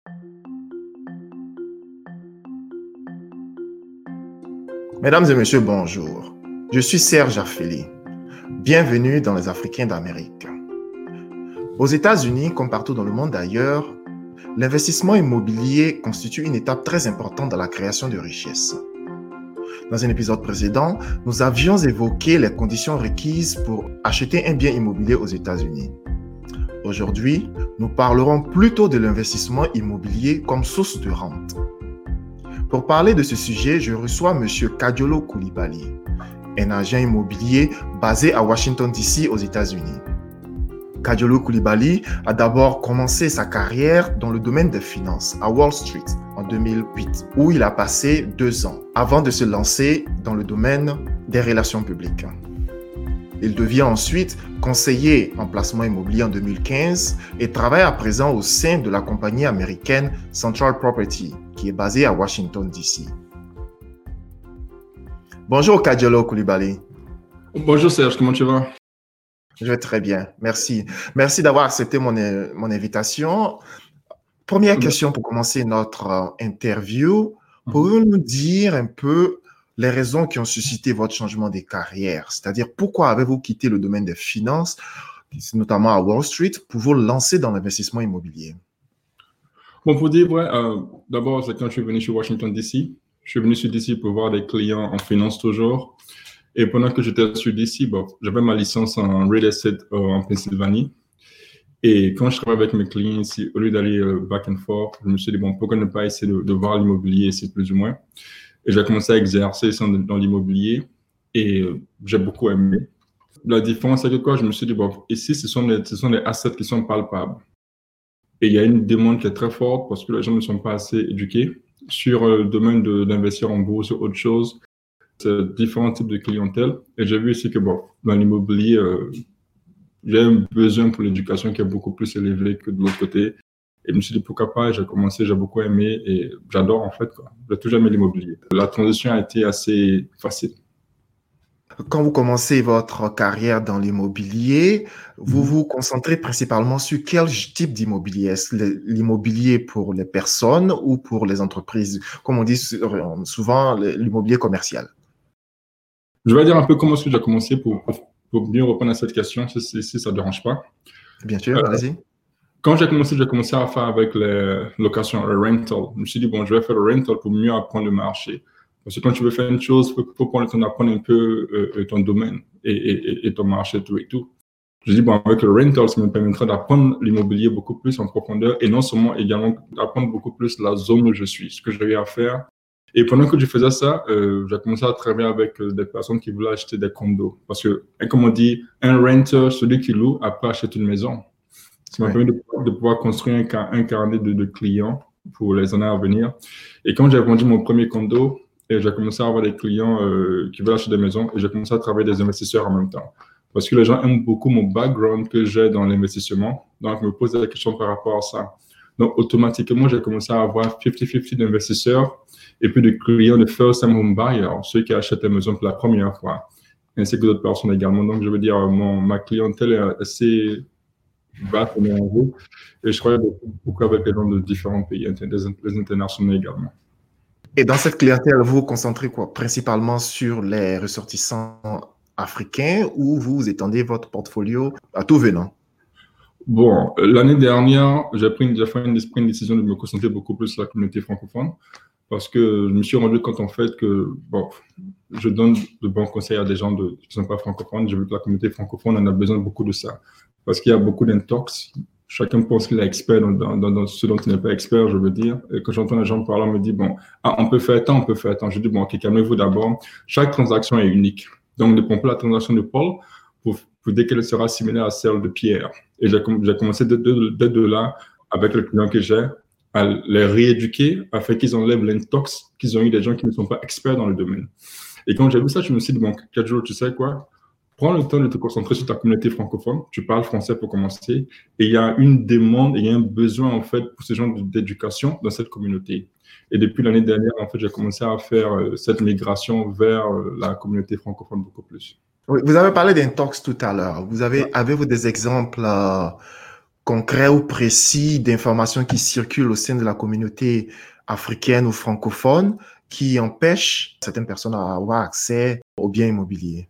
Mesdames et messieurs, bonjour. Je suis Serge Affeli. Bienvenue dans les Africains d'Amérique. Aux États-Unis, comme partout dans le monde ailleurs, l'investissement immobilier constitue une étape très importante dans la création de richesses. Dans un épisode précédent, nous avions évoqué les conditions requises pour acheter un bien immobilier aux États-Unis. Aujourd'hui, nous parlerons plutôt de l'investissement immobilier comme source de rente. Pour parler de ce sujet, je reçois M. Kadiolo Coulibaly, un agent immobilier basé à Washington, D.C. aux États-Unis. Kadiolo Coulibaly a d'abord commencé sa carrière dans le domaine des finances à Wall Street en 2008, où il a passé 2 ans avant de se lancer dans le domaine des relations publiques. Il devient ensuite conseiller en placement immobilier en 2015 et travaille à présent au sein de la compagnie américaine Central Property, qui est basée à Washington, D.C. Bonjour Kadiolo Coulibaly. Bonjour Serge, comment tu vas? Je vais très bien, merci. Merci d'avoir accepté mon invitation. Première question pour commencer notre interview. Pouvez-vous nous dire un peu les raisons qui ont suscité votre changement de carrière? C'est-à-dire, pourquoi avez-vous quitté le domaine des finances, notamment à Wall Street, pour vous lancer dans l'investissement immobilier? Bon, pour dire vrai, d'abord, c'est quand je suis venu sur Washington, D.C. Je suis venu sur D.C. pour voir des clients en finance toujours. Et pendant que j'étais sur D.C., j'avais ma licence en real estate en Pennsylvanie. Et quand je travaillais avec mes clients ici, au lieu d'aller back and forth, je me suis dit, bon, pourquoi ne pas essayer de voir l'immobilier ici plus ou moins? Et j'ai commencé à exercer dans l'immobilier et j'ai beaucoup aimé. La différence, c'est que quoi? Je me suis dit, bon, ici, ce sont des assets qui sont palpables. Et il y a une demande qui est très forte parce que les gens ne sont pas assez éduqués sur le domaine d'investir en bourse ou autre chose. C'est différents types de clientèle. Et j'ai vu ici que, bon, dans l'immobilier, j'ai un besoin pour l'éducation qui est beaucoup plus élevé que de l'autre côté. Et je me suis dit, pourquoi pas? J'ai commencé, j'ai beaucoup aimé et j'adore en fait, quoi. J'ai toujours aimé l'immobilier. La transition a été assez facile. Quand vous commencez votre carrière dans l'immobilier, vous vous concentrez principalement sur quel type d'immobilier? Est-ce l'immobilier pour les personnes ou pour les entreprises? Comme on dit souvent, l'immobilier commercial. Je vais dire un peu comment est-ce que j'ai commencé pour mieux répondre à cette question, si ça ne dérange pas. Bien sûr, allez-y. Quand j'ai commencé à faire avec les locations, le rental. Je me suis dit, bon, je vais faire le rental pour mieux apprendre le marché. Parce que quand tu veux faire une chose, il faut prendre le temps d'apprendre un peu ton domaine et ton marché, tout et tout. Je dis, bon, avec le rental, ça me permettra d'apprendre l'immobilier beaucoup plus en profondeur et non seulement également d'apprendre beaucoup plus la zone où je suis, ce que j'ai à faire. Et pendant que je faisais ça, j'ai commencé à travailler avec des personnes qui voulaient acheter des condos. Parce que, comme on dit, un renter, celui qui loue, après achète une maison. Ça m'a permis de pouvoir construire un carnet de clients pour les années à venir. Et quand j'ai vendu mon premier condo, j'ai commencé à avoir des clients qui veulent acheter des maisons et j'ai commencé à travailler des investisseurs en même temps. Parce que les gens aiment beaucoup mon background que j'ai dans l'investissement. Donc, ils me posent des questions par rapport à ça. Donc, automatiquement, j'ai commencé à avoir 50-50 d'investisseurs et puis de clients de first-time home buyers, ceux qui achètent des maisons pour la première fois, ainsi que d'autres personnes également. Donc, je veux dire, ma clientèle est assez vaste et mélangée. Et je travaille beaucoup avec les gens de différents pays, les internationaux également. Et dans cette clientèle, vous vous concentrez quoi? Principalement sur les ressortissants africains ou vous étendez votre portfolio à tout venant? Bon, l'année dernière, j'ai pris une décision de me concentrer beaucoup plus sur la communauté francophone parce que je me suis rendu compte en fait que, bon, je donne de bons conseils à des gens qui ne sont pas francophones. Je veux que la communauté francophone en a besoin beaucoup de ça parce qu'il y a beaucoup d'intox. Chacun pense qu'il est expert dans ce dont il n'est pas expert, je veux dire. Et quand j'entends les gens parler, on me dit, bon, on peut faire tant, on peut faire tant. Je dis, bon, ok, calmez-vous d'abord. Chaque transaction est unique. Donc, ne prenez pas la transaction de Paul pour dire qu'elle sera similaire à celle de Pierre. Et j'ai commencé dès de là, avec le client que j'ai, à les rééduquer afin qu'ils enlèvent l'intox qu'ils ont eu des gens qui ne sont pas experts dans le domaine. Et quand j'ai vu ça, je me suis dit, bon, Kadiolo, tu sais quoi? Prends le temps de te concentrer sur ta communauté francophone. Tu parles français pour commencer. Et il y a une demande et il y a un besoin, en fait, pour ce genre d'éducation dans cette communauté. Et depuis l'année dernière, en fait, j'ai commencé à faire cette migration vers la communauté francophone beaucoup plus. Oui, vous avez parlé d'intox tout à l'heure. Avez-vous des exemples concret ou précis d'informations qui circulent au sein de la communauté africaine ou francophone qui empêchent certaines personnes à avoir accès aux biens immobiliers?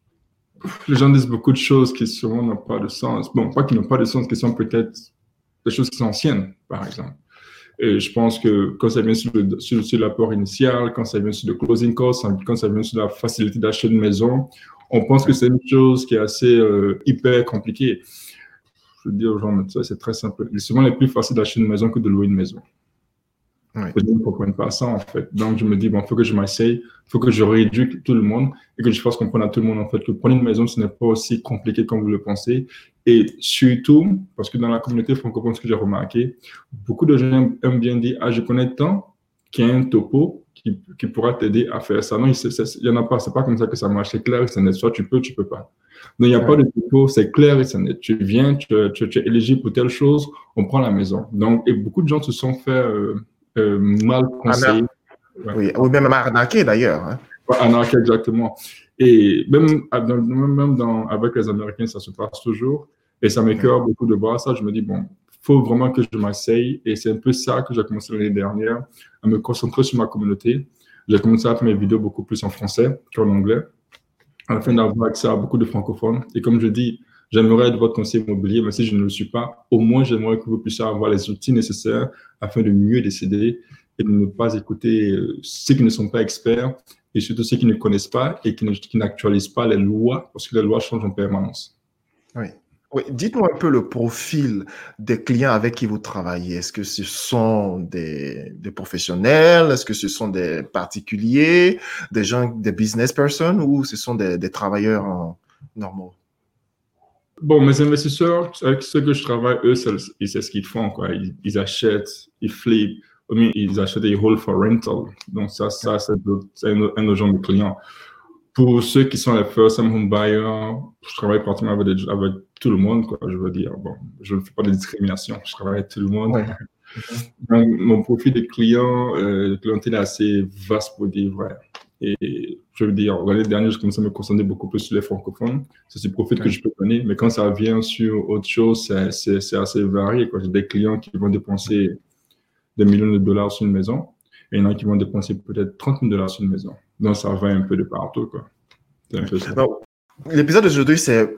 Les gens disent beaucoup de choses qui sûrement n'ont pas de sens. Bon, pas qui n'ont pas de sens, qui sont peut-être des choses qui sont anciennes, par exemple. Et je pense que quand ça vient sur l'apport initial, quand ça vient sur le closing cost, quand ça vient sur la facilité d'acheter une maison, on pense que c'est une chose qui est assez hyper compliquée. Je veux dire aux gens, ça c'est très simple. C'est souvent les plus facile d'acheter une maison que de louer une maison. Oui. Les gens ne comprennent pas ça, en fait. Donc, je me dis, bon, il faut que je m'essaye, il faut que je rééduque tout le monde et que je fasse comprendre à tout le monde, en fait, que prendre une maison, ce n'est pas aussi compliqué comme vous le pensez. Et surtout, parce que dans la communauté francophone, ce que j'ai remarqué, beaucoup de gens aiment bien dire, ah, je connais tant qu'il y a un topo qui pourra t'aider à faire ça. Non, il n'y en a pas. C'est pas comme ça que ça marche. C'est clair et c'est net. Soit tu peux pas. Non, il n'y a pas de topo. C'est clair et c'est net. Tu viens, tu es éligible pour telle chose, on prend la maison. Donc, et beaucoup de gens se sont fait mal conseillés. Oui, ou même arnaqués d'ailleurs. Hein. Arnaqués, exactement. Et même avec les Américains, ça se passe toujours. Et ça m'écoeure beaucoup de voir ça. Je me dis, bon, il faut vraiment que je m'essaye. Et c'est un peu ça que j'ai commencé l'année dernière, à me concentrer sur ma communauté. J'ai commencé à faire mes vidéos beaucoup plus en français qu'en anglais, afin d'avoir accès à beaucoup de francophones. Et comme je dis, j'aimerais être votre conseiller immobilier, mais si je ne le suis pas, au moins j'aimerais que vous puissiez avoir les outils nécessaires afin de mieux décider et de ne pas écouter ceux qui ne sont pas experts et surtout ceux qui ne connaissent pas et qui n'actualisent pas les lois, parce que les lois changent en permanence. Oui. Oui, dites-moi un peu le profil des clients avec qui vous travaillez. Est-ce que ce sont des professionnels? Est-ce que ce sont des particuliers, des gens, des business persons ou ce sont des travailleurs normaux? Bon, mes investisseurs, avec ceux que je travaille, eux, ils savent ce qu'ils font, quoi. Ils achètent, ils flippent, ils achètent des hold for rental. Donc, ça c'est un autre genre de clients. Pour ceux qui sont les first-time home buyers, je travaille pratiquement avec tout le monde, quoi, je veux dire. Bon, je ne fais pas de discrimination, je travaille avec tout le monde. Ouais. Donc, mon profil de client, de clientèle est assez vaste pour dire vrai. Et je veux dire, l'année dernière, je commençais à me concentrer beaucoup plus sur les francophones. C'est ce profil que je peux donner. Mais quand ça vient sur autre chose, c'est assez varié, quoi. J'ai des clients qui vont dépenser des millions de dollars sur une maison. Et il y en a qui vont dépenser peut-être 30 000 dollars sur une maison. Donc, ça va un peu de partout, quoi. C'est un peu ça. L'épisode d'aujourd'hui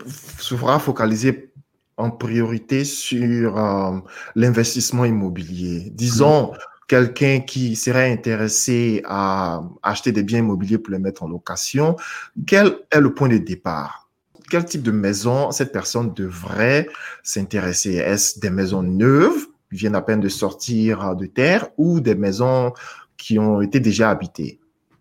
sera focalisé en priorité sur l'investissement immobilier. Disons, quelqu'un qui serait intéressé à acheter des biens immobiliers pour les mettre en location, quel est le point de départ? Quel type de maison cette personne devrait s'intéresser? Est-ce des maisons neuves qui viennent à peine de sortir de terre ou des maisons qui ont été déjà habitées?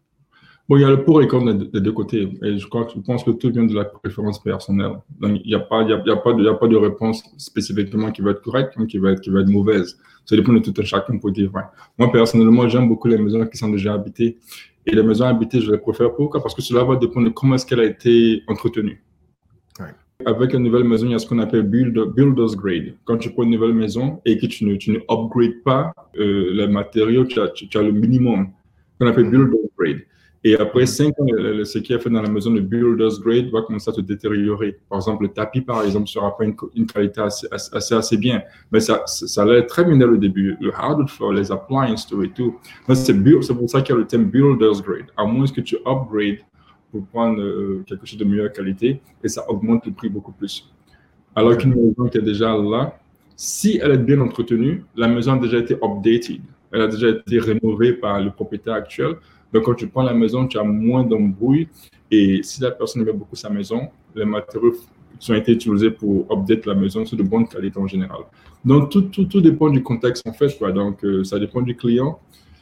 Bon, il y a le pour et le contre des deux côtés. Et je pense que tout vient de la préférence personnelle. Donc, il n'y a pas de réponse spécifiquement qui va être correcte ou qui va être mauvaise. Ça dépend de tout un chacun pour dire vrai. Moi, personnellement, j'aime beaucoup les maisons qui sont déjà habitées. Et les maisons habitées, je les préfère. Pourquoi? Parce que cela va dépendre de comment est-ce qu'elle a été entretenue. Ouais. Avec une nouvelle maison, il y a ce qu'on appelle builder's grade. Quand tu prends une nouvelle maison et que tu ne upgrades pas les matériaux, tu as le minimum qu'on appelle builder's grade. Et après 5 ans, ce qui est fait dans la maison de builder's grade va commencer à se détériorer. Par exemple, le tapis, par exemple, ne sera pas une qualité assez bien. Mais ça allait très bien dès le début. Le hardwood floor, les appliances, tout et tout. C'est pour ça qu'il y a le thème builder's grade. À moins que tu upgrades pour prendre quelque chose de meilleure qualité et ça augmente le prix beaucoup plus. Alors qu'une maison qui est déjà là, si elle est bien entretenue, la maison a déjà été updated. Elle a déjà été rénovée par le propriétaire actuel. Donc, quand tu prends la maison, tu as moins d'embrouilles. Et si la personne aime beaucoup sa maison, les matériaux qui ont été utilisés pour update la maison sont de bonne qualité en général. Donc, tout dépend du contexte, en fait, quoi. Donc, ça dépend du client.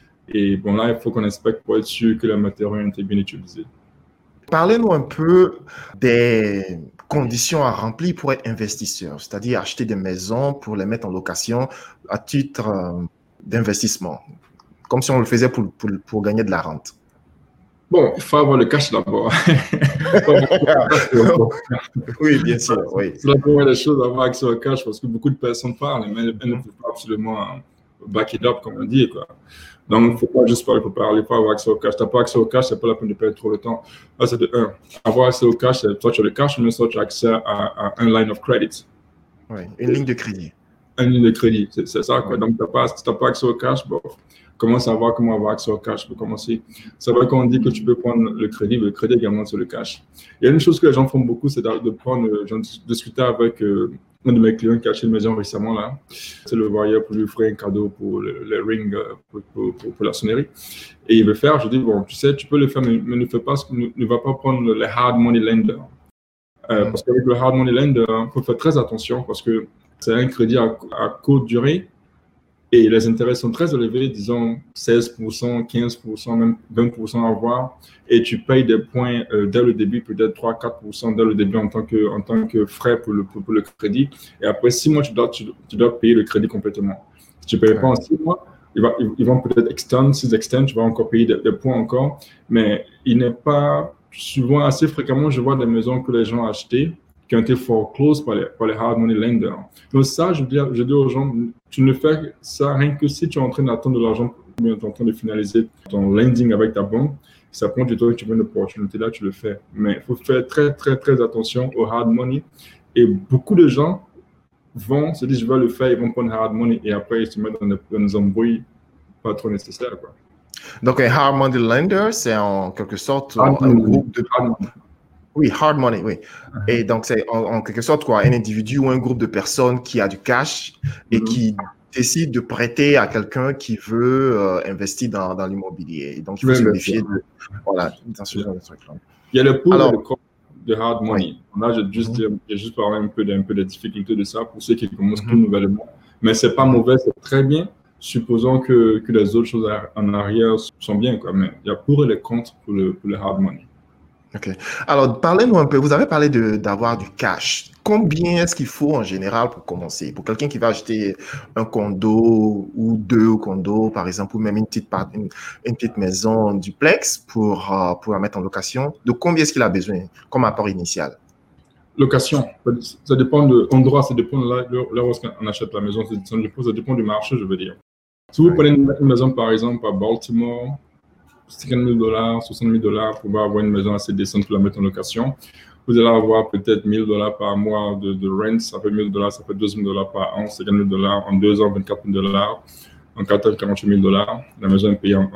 Et bon, là, il faut qu'on inspecte pour être sûr que les matériaux ont été bien utilisés. Parlez-nous un peu des conditions à remplir pour être investisseur, c'est-à-dire acheter des maisons pour les mettre en location à titre d'investissement, comme si on le faisait pour gagner de la rente. Bon, il faut avoir le cash d'abord. Oui, bien sûr. Oui. C'est la première des choses, avoir accès au cash, parce que beaucoup de personnes parlent, mais elles ne peuvent pas absolument back it up, comme on dit, quoi. Donc, il ne faut pas juste parler pour parler, il faut avoir accès au cash. Tu n'as pas accès au cash, ce n'est pas la peine de perdre trop de temps. Là, c'est de 1. Avoir accès au cash, soit tu as le cash, mais soit tu as accès à un line of credit. Oui, une ligne de crédit. une ligne de crédit. C'est ça, quoi. Donc, si tu n'as pas accès au cash, bon, commence à voir comment avoir accès au cash pour commencer. C'est vrai qu'on dit que tu peux prendre le crédit également sur le cash. Il y a une chose que les gens font beaucoup, c'est de prendre, j'en discutais avec un de mes clients qui a acheté une maison récemment, là. C'est le voyeur pour lui offrir un cadeau pour le ring, pour la sonnerie. Et il veut faire, je dis, bon, tu sais, tu peux le faire, mais ne fais pas, ne va pas prendre les hard money lender. Parce qu'avec le hard money lender, il faut faire très attention parce que c'est un crédit à courte durée et les intérêts sont très élevés, disons 16%, 15%, même 20% à avoir. Et tu payes des points dès le début, peut-être 3-4% dès le début en tant que frais pour le crédit. Et après 6 mois, tu dois payer le crédit complètement. Si tu ne payes pas en 6 mois, ils vont peut-être extend, tu vas encore payer des points encore. Mais il n'est pas souvent, assez fréquemment, je vois des maisons que les gens ont achetées qui ont été foreclosed par les hard money lenders. Donc ça, je dis aux gens, tu ne fais ça rien que si tu es en train d'attendre de l'argent, tu es en train de finaliser ton lending avec ta banque. Ça prend du temps que tu veux une opportunité, là, tu le fais. Mais il faut faire très, très, très attention au hard money. Et beaucoup de gens se disent, je vais le faire, ils vont prendre hard money et après, ils se mettent dans des embrouilles pas trop nécessaires, quoi. Donc, un hard money lender, c'est en quelque sorte un groupe de... Oui, hard money, oui. Et donc, c'est en quelque sorte quoi, un individu ou un groupe de personnes qui a du cash et qui décide de prêter à quelqu'un qui veut investir dans l'immobilier. Donc, il faut se méfier dans ce genre de trucs-là. Il y a le pool et le contre de hard money. Là, j'ai juste parlé un peu des difficultés de ça pour ceux qui commencent tout nouvellement. Mais c'est pas mauvais, c'est très bien. Supposons que les autres choses en arrière sont bien, quoi. Mais il y a pour et les contre pour le hard money. OK. Alors, parlez-nous un peu. Vous avez parlé d'avoir du cash. Combien est-ce qu'il faut en général pour commencer? Pour quelqu'un qui va acheter un condo ou 2 condos, par exemple, ou même une petite maison duplex pour la mettre en location, de combien est-ce qu'il a besoin comme apport initial? Location, ça dépend de l'endroit, ça dépend de là où on achète la maison, ça dépend du marché, je veux dire. Si vous prenez une maison, par exemple, à Baltimore, $50 000, $60 000 pour avoir une maison assez décente pour la mettre en location, vous allez avoir peut-être $1 000 par mois de rent, ça fait $1 000, ça fait $12 000 par an, $50 000 en 2 ans, $24 000, en 4 ans, $48 000. La maison est payée en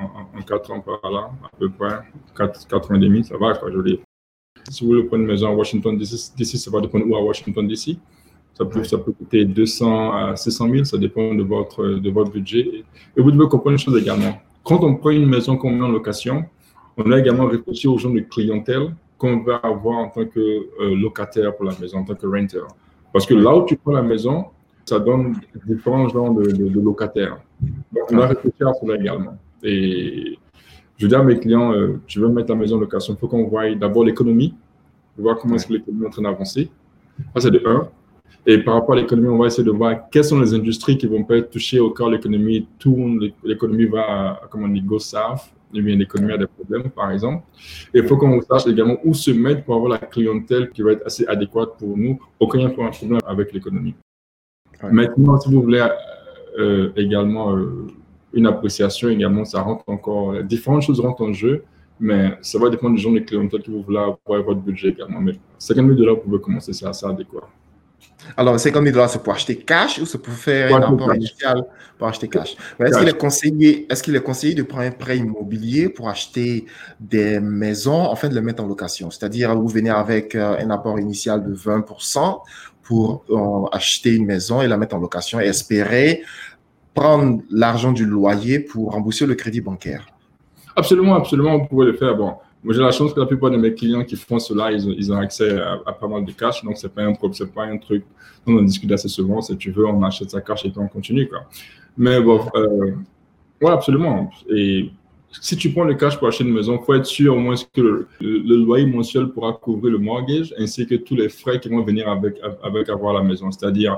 4 ans par là, à peu près, 4 ans et demi, ça va, quoi, je veux dire. Si vous voulez prendre une maison à Washington DC, ça va dépendre où à Washington DC. Ça peut coûter 200 à 600 000, ça dépend de votre budget. Et vous devez comprendre une chose également. Quand on prend une maison qu'on met en location, on a également réfléchi aux gens de clientèle qu'on va avoir en tant que locataire pour la maison, en tant que renter. Parce que là où tu prends la maison, ça donne différents genres de locataires. Donc, on a réfléchi à cela également. Et je dis à mes clients, tu veux mettre la maison en location, il faut qu'on voie d'abord l'économie, voir comment est-ce que l'économie est en train d'avancer. Ça, c'est de 1. Et par rapport à l'économie, on va essayer de voir quelles sont les industries qui vont pas être touchées au cas où l'économie tourne, l'économie va, comment on dit, go south, ou bien l'économie a des problèmes, par exemple. Et il faut qu'on sache également où se mettre pour avoir la clientèle qui va être assez adéquate pour nous, aucun problème avec l'économie. Ouais. Maintenant, si vous voulez également une appréciation, également, ça rentre encore, différentes choses rentrent en jeu, mais ça va dépendre du genre de clientèle que vous voulez avoir votre budget également. Mais $50 000, vous pouvez commencer, c'est assez adéquat. Alors, $50 000, c'est pour acheter cash ou c'est pour faire un apport initial pour acheter cash? Est-ce qu'il est conseillé de prendre un prêt immobilier pour acheter des maisons, enfin de les mettre en location? C'est-à-dire, vous venez avec un apport initial de 20% pour acheter une maison et la mettre en location et espérer prendre l'argent du loyer pour rembourser le crédit bancaire. Absolument, absolument, vous pouvez le faire. Bon, moi, j'ai la chance que la plupart de mes clients qui font cela, ils ont accès à pas mal de cash, donc c'est pas un truc dont on discute assez souvent. Si tu veux, on achète sa cash et puis on continue, quoi. Mais bon, ouais, absolument. Et si tu prends le cash pour acheter une maison, il faut être sûr au moins que le loyer mensuel pourra couvrir le mortgage ainsi que tous les frais qui vont venir avec avoir la maison, c'est-à-dire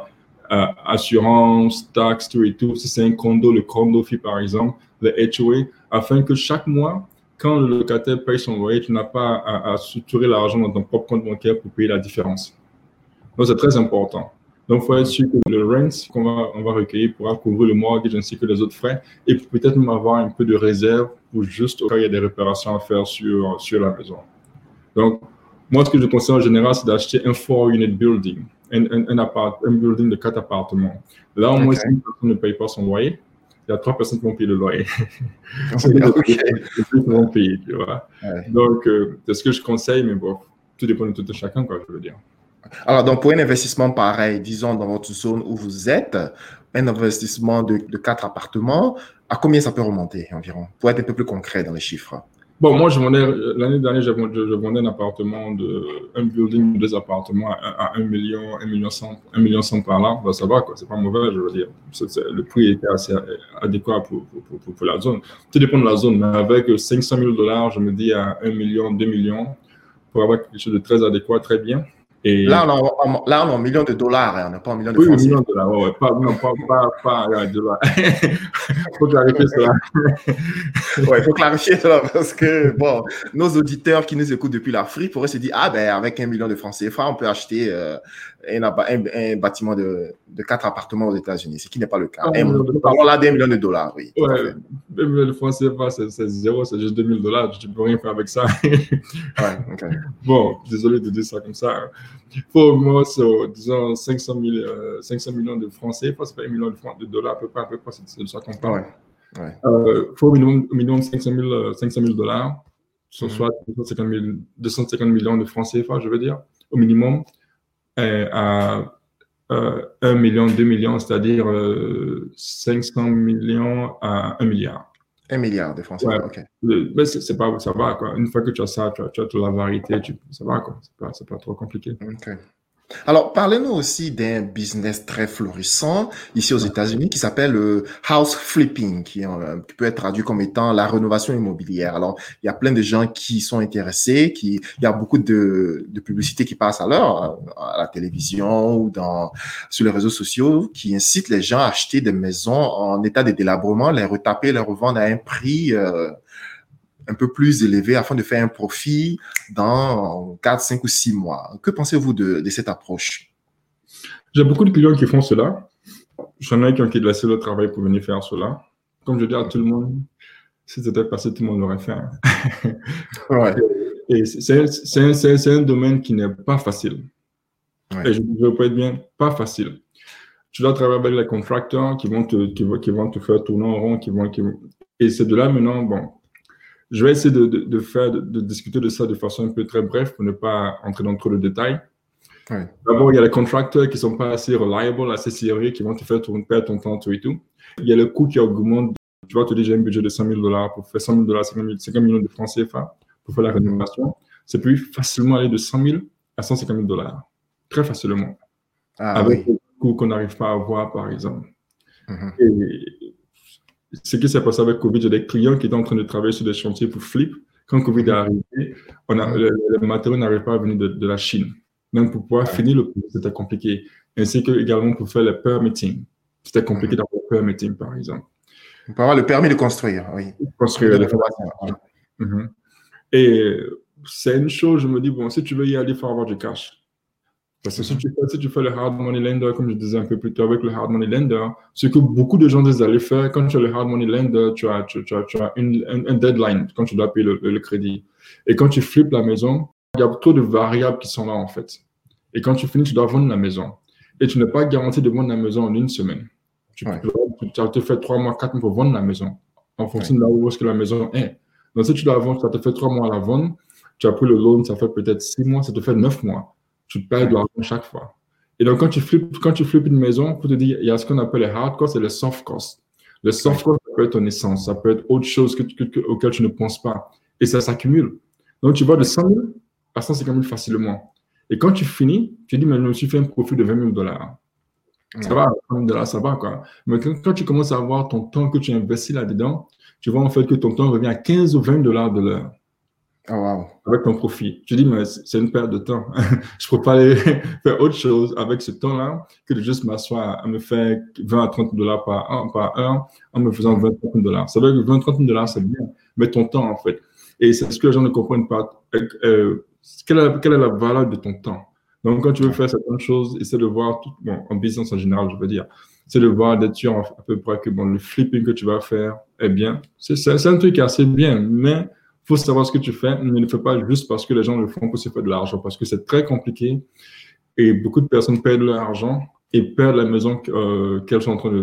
assurance, taxes, tout et tout. Si c'est un condo, le condo fee par exemple, le HOA, afin que chaque mois, quand le locataire paye son loyer, tu n'as pas à structurer l'argent dans ton propre compte bancaire pour payer la différence. Donc, c'est très important. Donc, il faut être sûr que le rent qu'on va recueillir pourra couvrir le mortgage ainsi que les autres frais et peut-être même avoir un peu de réserve pour juste au cas où il y a des réparations à faire sur la maison. Donc, Moi, ce que je conseille en général, c'est d'acheter un 4-unit building, un building de 4 appartements. Là, au moins, si une personne ne paye pas son loyer, il y a 3 personnes qui vont payer le loyer. Ils vont payer, tu vois. Ouais. Donc, c'est ce que je conseille, mais bon, tout dépend de tout de chacun, quoi, je veux dire. Alors, donc, pour un investissement pareil, disons dans votre zone où vous êtes, un investissement de 4 appartements, à combien ça peut remonter environ? Pour être un peu plus concret dans les chiffres. Bon, moi, l'année dernière, je vendais un appartement un building, 2 appartements à 1 million, 1 million 100 par là. Ben, ça va, quoi. C'est pas mauvais, je veux dire. Le prix était assez adéquat pour la zone. Tout dépend de la zone, mais avec 500 000 $, je me dis à 1 million, 2 millions, pour avoir quelque chose de très adéquat, très bien. Et là, on est en millions de dollars, hein, on n'est pas en millions de francs. Oui, millions de dollars, ouais. Pas dollars. Il faut clarifier cela. Oui, il faut clarifier cela parce que, bon, nos auditeurs qui nous écoutent depuis l'Afrique pourraient se dire, ah ben, avec 1 million de francs CFA, on peut acheter un bâtiment de 4 appartements aux États-Unis, ce qui n'est pas le cas. Nous parlons là d'1 million de dollars, oui. Ouais, 1 million de francs CFA, c'est zéro, c'est juste 2 000 $. Tu ne peux rien faire avec ça. Ouais, OK. Bon, désolé de dire ça comme ça. Pour moi, disons 500 millions de francs CFA, ça fait 1 million de dollars à peu près, c'est de ça qu'on parle. Ouais. Faut au minimum 500 000 $, soit 250 millions de francs CFA, je veux dire, au minimum, à 1 million, 2 millions, c'est-à-dire 500 millions à 1 milliard. 1 milliard de francs CFA, ouais. OK. Mais c'est pas, ça va, quoi. Une fois que tu as ça, tu as toute la variété, ça va, quoi. C'est pas trop compliqué. OK. Alors, parlez-nous aussi d'un business très florissant ici aux États-Unis qui s'appelle le house flipping, qui peut être traduit comme étant la rénovation immobilière. Alors, il y a plein de gens qui sont intéressés, il y a beaucoup de publicités qui passent à l'heure à la télévision ou sur les réseaux sociaux qui incitent les gens à acheter des maisons en état de délabrement, les retaper, les revendre à un prix un peu plus élevé afin de faire un profit dans 4, 5 ou 6 mois. Que pensez-vous de cette approche? J'ai beaucoup de clients qui font cela. J'en ai qui ont laissé le travail pour venir faire cela. Comme je dis à tout le monde, si c'était passé, tout le monde l'aurait fait. Ouais. Et c'est un domaine qui n'est pas facile. Ouais. Et je ne veux pas être bien, pas facile. Tu dois travailler avec les contracteurs qui vont te faire tourner en rond, et c'est de là maintenant, bon, je vais essayer de discuter de ça de façon un peu très brève pour ne pas entrer dans trop de détails. Ouais. D'abord, il y a les contracteurs qui ne sont pas assez reliables, assez sérieux, qui vont te faire perdre ton temps, tout et tout. Il y a le coût qui augmente. Tu vas te dire, j'ai un budget de 100 000 $, pour faire 100 000 $, 50 millions de francs CFA pour faire la rénovation. C'est plus facilement aller de 100 000 à 150 000 $. Très facilement. Avec le coût qu'on n'arrive pas à avoir, par exemple. Et ce qui s'est passé avec Covid, j'ai des clients qui étaient en train de travailler sur des chantiers pour flip. Quand Covid est arrivé, les matériaux n'arrivaient pas à venir de la Chine. Même pour pouvoir finir le projet, c'était compliqué. Ainsi que également pour faire le permitting. C'était compliqué d'avoir le permitting, par exemple. On peut avoir le permis de construire, oui. Construire les Et c'est une chose, je me dis, bon, si tu veux y aller, il faut avoir du cash. Parce que si tu fais le hard money lender, comme je disais un peu plus tôt avec le hard money lender, ce que beaucoup de gens disent d'aller faire, quand tu as le hard money lender, tu as un deadline quand tu dois payer le crédit. Et quand tu flippes la maison, il y a trop de variables qui sont là, en fait. Et quand tu finis, tu dois vendre la maison. Et tu n'es pas garanti de vendre la maison en 1 semaine. Tu as te fait 3 mois, 4 mois pour vendre la maison, en fonction de là où est-ce que la maison est. Donc, si tu dois vendre, ça te fait 3 mois à la vendre, tu as pris le loan, ça fait peut-être 6 mois, ça te fait 9 mois. Tu perds de l'argent chaque fois. Et donc, quand tu flippes une maison, pour te dire, il y a ce qu'on appelle les hard costs et les soft costs. Le soft cost, ça peut être ton essence, ça peut être autre chose auquel tu ne penses pas. Et ça s'accumule. Donc, tu vas de 100 000 à 150 000 facilement. Et quand tu finis, tu dis, mais je me suis fait un profit de 20 000 $. Ça va, 20 000 $, ça va, quoi. Mais quand tu commences à avoir ton temps que tu investis là-dedans, tu vois en fait que ton temps revient à 15 ou 20 $ de l'heure. Oh, wow. Avec ton profit. Je dis, mais c'est une perte de temps. Je ne peux pas aller faire autre chose avec ce temps-là que de juste m'asseoir à me faire 20 à 30 $ par heure en me faisant 20 à 30 $. Ça veut dire que 20 à 30 $, c'est bien, mais ton temps, en fait. Et c'est ce que les gens ne comprennent pas. Quelle est la valeur de ton temps? Donc, quand tu veux faire certaines choses, essaie de voir, en business en général, je veux dire, c'est de voir, d'être sûr à peu près que le flipping que tu vas faire est bien. C'est un truc assez bien, mais faut savoir ce que tu fais, mais ne le fais pas juste parce que les gens le font pour se faire de l'argent, parce que c'est très compliqué et beaucoup de personnes perdent leur argent et perdent la maison qu'elles sont en train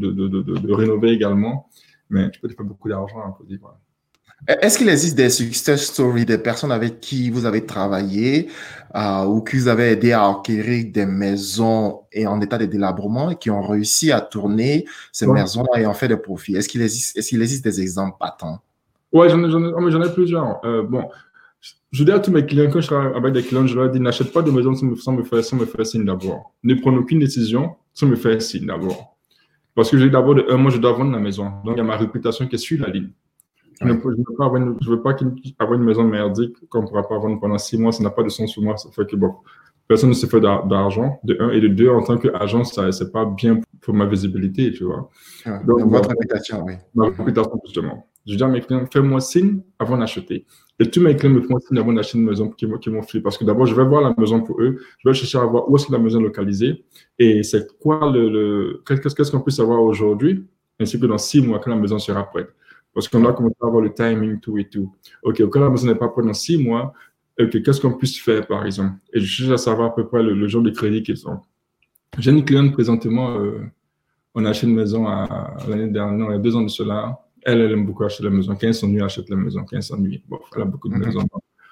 de rénover également. Mais tu peux te faire beaucoup d'argent, hein, faut dire, voilà. Est-ce qu'il existe des success stories des personnes avec qui vous avez travaillé ou qui vous avez aidé à acquérir des maisons et en état de délabrement et qui ont réussi à tourner ces Ouais. maisons-là et en fait des profits? Est-ce qu'il existe des exemples patents? Ouais, j'en ai plusieurs. Bon, je dis à tous mes clients, quand je travaille avec des clients, je leur dis, n'achète pas de maison sans me faire signe d'abord. Ne prenez aucune décision sans me faire signe d'abord. Parce que j'ai d'abord, moi, je dois vendre la maison. Donc, il y a ma réputation qui est sur la ligne. Je ne veux pas avoir une maison merdique qu'on ne pourra pas vendre pendant 6 mois. Ça n'a pas de sens pour moi. Ça fait que, bon, personne ne se fait d'argent, de un. Et de deux, en tant qu'agent, c'est pas bien pour ma visibilité, tu vois. Donc, votre réputation, oui. Ma réputation, justement. Je dis à mes clients, fais-moi signe avant d'acheter. Et tous mes clients me font signe avant d'acheter une maison qui m'ont fait. Parce que d'abord, je vais voir la maison pour eux. Je vais chercher à voir où est-ce que la maison est localisée. Et c'est quoi qu'est-ce qu'on peut savoir aujourd'hui, ainsi que dans 6 mois, quand la maison sera prête. Parce qu'on doit commencer à avoir le timing, tout et tout. OK, quand la maison n'est pas prête dans 6 mois, OK, qu'est-ce qu'on puisse faire, par exemple? Et je cherche à savoir à peu près le genre de crédit qu'ils ont. J'ai une cliente présentement, on a acheté une maison l'année dernière, il y a 2 ans de cela. Elle aime beaucoup acheter la maison. Quand elle s'ennuie, elle achète la maison. Quand elle s'ennuie, bon, elle a beaucoup de maisons.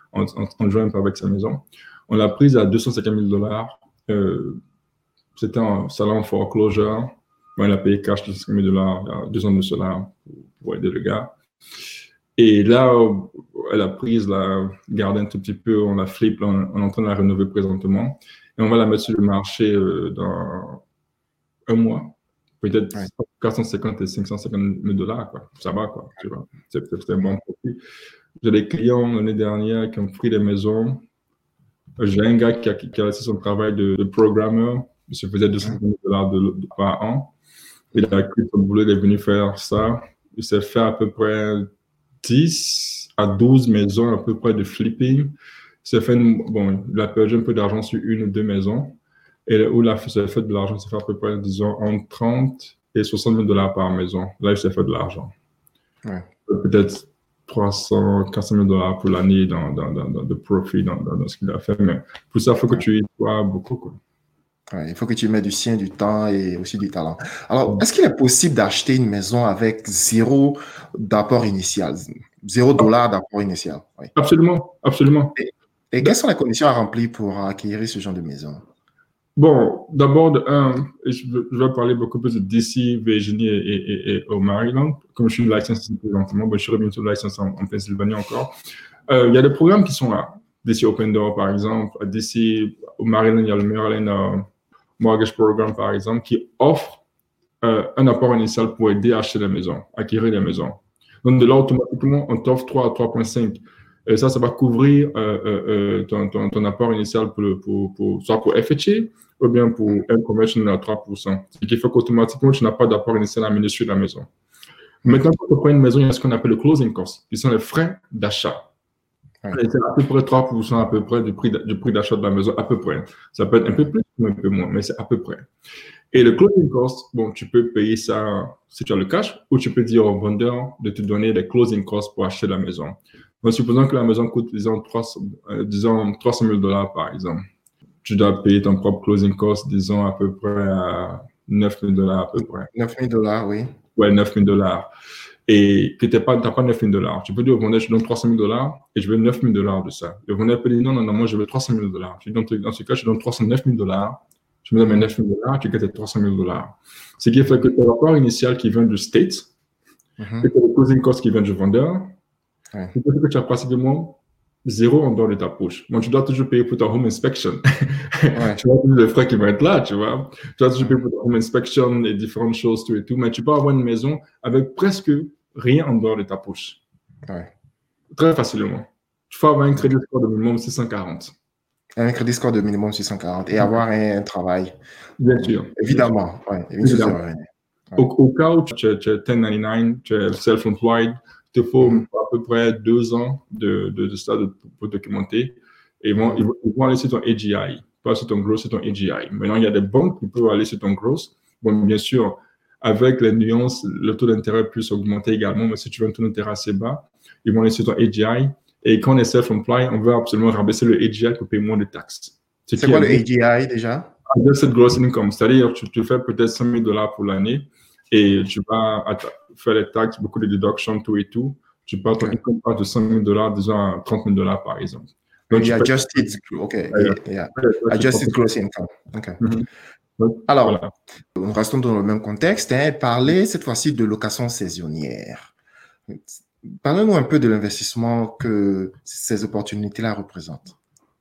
On joue un peu avec sa maison. On l'a prise à $250,000. C'était un salon foreclosure. Bon, elle a payé cash $250,000 il y a 2 ans de cela pour aider le gars. Et là, elle a prise, la gardé un tout petit peu, on la flip, on est en train de la rénover présentement. Et on va la mettre sur le marché dans 1 mois. Peut-être 450 et $550,000, quoi. Ça va, quoi, tu vois. C'est un bon profit. J'ai des clients l'année dernière qui ont pris des maisons. J'ai un gars qui a laissé son travail de programmeur. Il se faisait $250,000 par an. Il a quitté son boulot, il est venu faire ça. Il s'est fait à peu près 10 à 12 maisons, à peu près de flipping. Il a perdu un peu d'argent sur 1 ou 2 maisons. Et où il s'est fait de l'argent, il s'est fait à peu près, disons, entre 30 et $60,000 par maison. Là, il s'est fait de l'argent. Ouais. Peut-être 300, $400,000 pour l'année de profit dans ce qu'il a fait. Mais pour ça, il faut que tu y sois beaucoup, quoi. Ouais, il faut que tu mettes du sien, du temps et aussi du talent. Alors, est-ce qu'il est possible d'acheter une maison avec $0 d'apport initial? $0 d'apport initial? Oui. Absolument, absolument. Et quelles sont les conditions à remplir pour acquérir ce genre de maison? Bon, d'abord, je vais parler beaucoup plus de DC, Virginie et au Maryland. Comme je suis licensé présentement, je serai bientôt licensé en Pennsylvanie encore. Il y a des programmes qui sont là. DC Open Door, par exemple. À DC, au Maryland, il y a le Maryland Mortgage Program, par exemple, qui offre un apport initial pour aider à acheter la maison, acquérir la maison. Donc, de là, automatiquement, on t'offre 3 à 3,5. Et ça va couvrir ton apport initial soit pour FHA ou bien pour un convention à 3%. Ce qui fait qu'automatiquement, tu n'as pas d'apport initial à mener sur la maison. Maintenant, quand tu prends une maison, il y a ce qu'on appelle le closing cost, qui sont les frais d'achat. Ouais. C'est à peu près 3% à peu près du prix d'achat de la maison, à peu près. Ça peut être un peu plus ou un peu moins, mais c'est à peu près. Et le closing cost, bon, tu peux payer ça si tu as le cash, ou tu peux dire au vendeur de te donner des closing costs pour acheter la maison. Donc, supposons que la maison coûte, disons, $300,000 par exemple. Tu dois payer ton propre closing cost, disons, à peu près à $9,000 à peu près. $9,000, oui. Ouais, $9,000. Et que tu n'as pas $9,000. Tu peux dire au vendeur, je donne $300,000 et je veux $9,000 de ça. Le vendeur peut dire, non, moi, je veux $300,000. Tu dis, dans ce cas, je donne $309,000. Tu me donnes mes $9,000, tu gagnes $300,000. Ce qui fait que ton rapport initial qui vient du States, et que le closing cost qui vient du vendeur, c'est que tu as pratiquement 0 en dehors de ta poche. Donc, tu dois toujours payer pour ta home inspection. Ouais. Tu vois tous les frais qui vont être là, tu vois. Tu dois toujours payer pour ta home inspection et différentes choses, tout et tout. Mais tu peux avoir une maison avec presque rien en dehors de ta poche. Ouais. Très facilement. Il faut avoir un crédit score de minimum 640. Un crédit score de minimum 640 et avoir un travail. Bien sûr. Évidemment. Ouais, évidemment. Ouais. Au cas où tu es 1099, tu es self-employed, il te faut à peu près 2 ans de ça pour documenter. Et ils vont aller sur ton AGI, pas sur ton gross, sur ton AGI. Maintenant, il y a des banques qui peuvent aller sur ton gross. Bon, bien sûr, avec les nuances, le taux d'intérêt puisse augmenter également. Mais si tu veux un taux d'intérêt assez bas, ils vont laisser ton AGI. Et quand on est self-employed, on veut absolument rabaisser le AGI pour payer moins de taxes. C'est quoi le AGI déjà? Adjusted Gross Income, c'est-à-dire tu fais peut-être 5 000 $ pour l'année et tu vas faire les taxes, beaucoup de deductions, tout et tout. Tu pars ton income de 5 000 $, disons à 30 000 $ par exemple. Donc, adjusted gross income. OK. Alors, voilà. Nous restons dans le même contexte. Parlez cette fois-ci de location saisonnière. Parlez-nous un peu de l'investissement que ces opportunités-là représentent.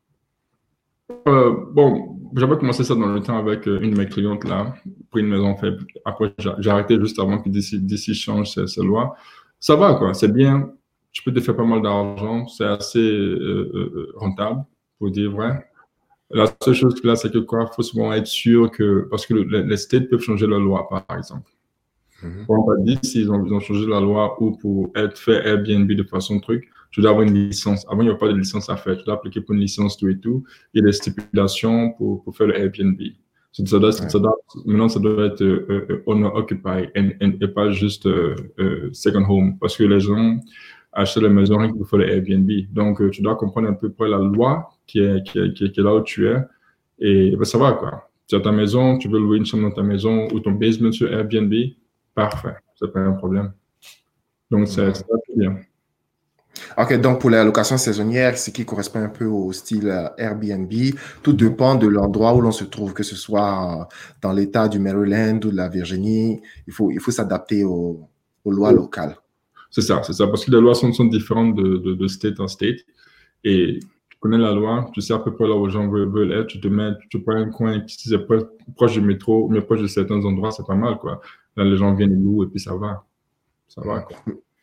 Bon, j'avais commencé ça dans le temps avec une de mes clientes là, pour une maison faible. Après, j'ai arrêté juste avant que DC change ces lois. Ça va, quoi. C'est bien. Tu peux te faire pas mal d'argent. C'est assez rentable, pour dire vrai. La seule chose là, c'est que quoi, faut souvent être sûr que, parce que les states peuvent changer la loi, par exemple. On va dire s'ils ont changé la loi ou pour faire Airbnb de façon truc, tu dois avoir une licence. Avant, il n'y a pas de licence à faire. Tu dois appliquer pour une licence, tout et tout. Il y a des stipulations pour faire le Airbnb. Maintenant, ça doit être owner-occupied et pas juste second home. Parce que les gens achètent les maisons rien que pour faire le Airbnb. Donc, tu dois comprendre à peu près la loi qui est là où tu es. Et ben, ça va, quoi. Tu as ta maison, tu veux louer une chambre dans ta maison ou ton basement sur Airbnb. Parfait, c'est pas un problème. Donc, c'est bien. OK, donc pour la location saisonnière, ce qui correspond un peu au style Airbnb, tout dépend de l'endroit où l'on se trouve, que ce soit dans l'État du Maryland ou de la Virginie, il faut s'adapter aux lois locales. C'est ça, parce que les lois sont différentes de state en state. Et tu connais la loi, tu sais à peu près là où les gens veulent être, tu prends un coin qui est proche du métro, mais proche de certains endroits, c'est pas mal, quoi. Là, les gens viennent, ils louent et puis ça va. Ça va, quoi.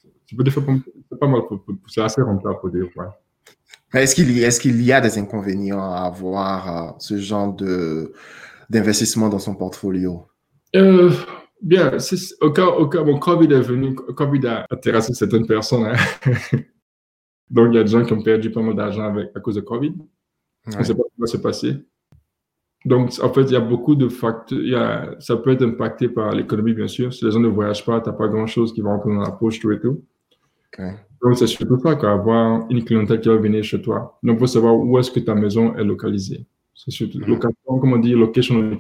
C'est pas mal, c'est assez rentable pour dire, ouais. Est-ce qu'il y a des inconvénients à avoir ce genre d'investissement dans son portfolio? Bien, au cas où Covid est venu, Covid a terrassé certaines personnes, hein. Donc, il y a des gens qui ont perdu pas mal d'argent à cause de Covid. On ne sait pas ce qui va se passer. Donc, en fait, il y a beaucoup de facteurs. Ça peut être impacté par l'économie, bien sûr. Si les gens ne voyagent pas, tu n'as pas grand-chose qui va rentrer dans la poche, tout et tout. Donc, c'est surtout ça, avoir une clientèle qui va venir chez toi. Donc, il faut savoir où est-ce que ta maison est localisée. C'est surtout location, comme on dit, location.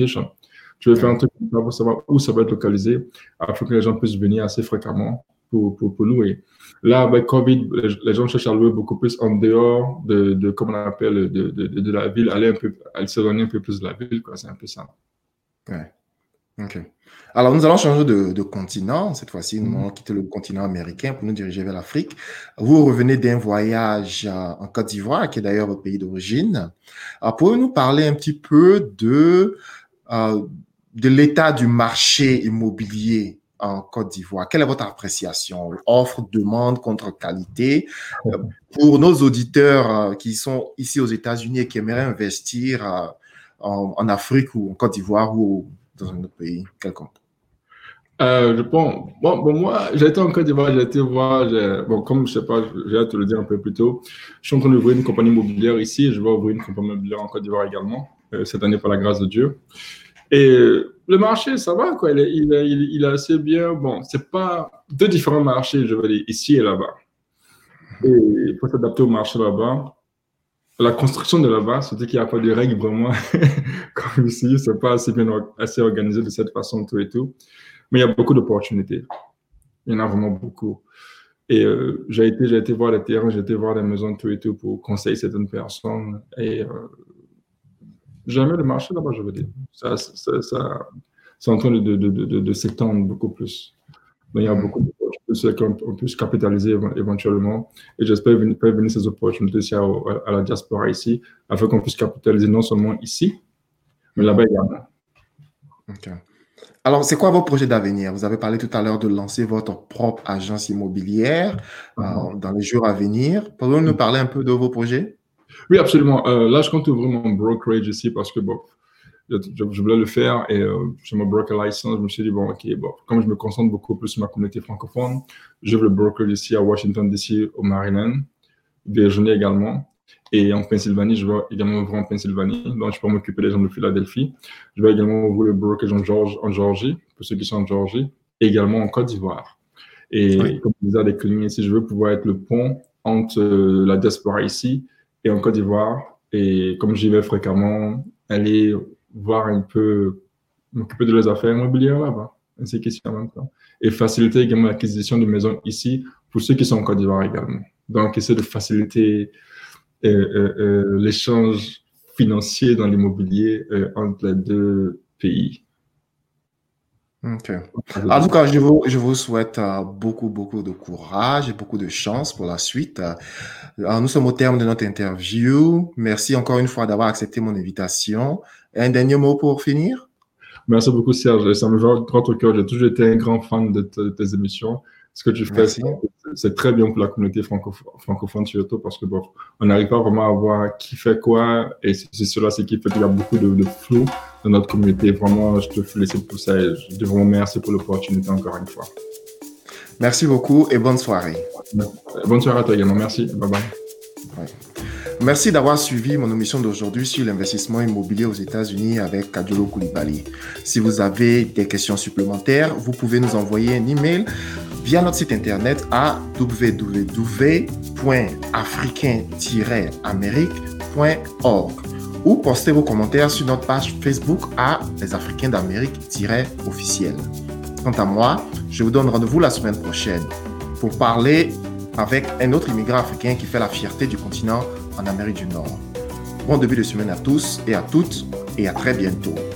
Tu veux faire un truc comme ça, il faut savoir où ça va être localisé afin que les gens puissent venir assez fréquemment pour louer. Là, avec Covid, les gens cherchent à louer beaucoup plus en dehors de comment on appelle, de la ville, aller s'éloigner un peu plus de la ville, quoi. C'est un peu ça. Ouais. OK. Alors, nous allons changer de continent. Cette fois-ci, nous allons quitter le continent américain pour nous diriger vers l'Afrique. Vous revenez d'un voyage en Côte d'Ivoire, qui est d'ailleurs votre pays d'origine. Pouvez-vous nous parler un petit peu de l'état du marché immobilier en Côte d'Ivoire? Quelle est votre appréciation? Offre, demande, contre qualité. Pour nos auditeurs qui sont ici aux États-Unis et qui aimeraient investir en Afrique ou en Côte d'Ivoire ou dans un autre pays quelconque. Moi, j'ai été en Côte d'Ivoire, j'ai été voir, comme je sais pas, j'ai te le dire un peu plus tôt, je suis en train d'ouvrir une compagnie immobilière ici, je vais ouvrir une compagnie immobilière en Côte d'Ivoire également, cette année par la grâce de Dieu. Et le marché, ça va, quoi, il est assez bien. Bon, c'est pas deux différents marchés, je veux dire, ici et là-bas. Et il faut s'adapter au marché là-bas. La construction de là-bas, c'est-à-dire qu'il n'y a pas de règles vraiment comme ici, c'est pas assez organisé de cette façon, tout et tout. Mais il y a beaucoup d'opportunités. Il y en a vraiment beaucoup. Et j'ai été voir les terrains, j'ai été voir les maisons, tout et tout, pour conseiller certaines personnes. Et jamais le marché là-bas, je veux dire. C'est en train de s'étendre beaucoup plus. Donc, il y a beaucoup d'opportunités qu'on puisse capitaliser éventuellement. Et j'espère faire venir ces opportunités ici à la diaspora ici, afin qu'on puisse capitaliser non seulement ici, mais là-bas également. OK. Alors, c'est quoi vos projets d'avenir? Vous avez parlé tout à l'heure de lancer votre propre agence immobilière dans les jours à venir. Pouvez-vous nous parler un peu de vos projets? Oui, absolument. Là, je compte ouvrir mon brokerage ici parce que je voulais le faire et j'ai mon broker license. Je me suis dit, comme je me concentre beaucoup plus sur ma communauté francophone, j'ouvre le brokerage ici à Washington, D.C., au Maryland, Virginie également. Et en Pennsylvanie, je vais également ouvrir en Pennsylvanie. Donc, je peux m'occuper des gens de Philadelphie. Je vais également ouvrir le brokerage en Georgie, pour ceux qui sont en Georgie, et également en Côte d'Ivoire. Et comme je disais à des clients ici, je veux pouvoir être le pont entre la diaspora ici et en Côte d'Ivoire. Et comme j'y vais fréquemment, aller voir un peu, m'occuper de leurs affaires immobilières là-bas, ainsi qu'ici en même temps. Et faciliter également l'acquisition de maisons ici pour ceux qui sont en Côte d'Ivoire également. Donc, essayer de faciliter l'échange financier dans l'immobilier entre les deux pays. Ok. En tout cas, je vous souhaite beaucoup, beaucoup de courage et beaucoup de chance pour la suite. Nous sommes au terme de notre interview. Merci encore une fois d'avoir accepté mon invitation. Un dernier mot pour finir? Merci beaucoup, Serge. Ça me va droit au cœur. J'ai toujours été un grand fan de tes émissions. Ce que tu fais, c'est très bien pour la communauté francophone surtout parce que bon, on n'arrive pas vraiment à voir qui fait quoi et c'est cela ce qui fait qu'il y a beaucoup de flou dans notre communauté. Vraiment, je te félicite pour ça et je te remercie pour l'opportunité encore une fois. Merci beaucoup et bonne soirée. Bonne soirée à toi également. Merci. Bye bye. Ouais. Merci d'avoir suivi mon émission d'aujourd'hui sur l'investissement immobilier aux États-Unis avec Kadiolo Koulibaly. Si vous avez des questions supplémentaires, vous pouvez nous envoyer un email via notre site internet à www.africain-amérique.org ou postez vos commentaires sur notre page Facebook à Les Africains d'Amérique-officiel. Quant à moi, je vous donne rendez-vous la semaine prochaine pour parler avec un autre immigrant africain qui fait la fierté du continent en Amérique du Nord. Bon début de semaine à tous et à toutes et à très bientôt.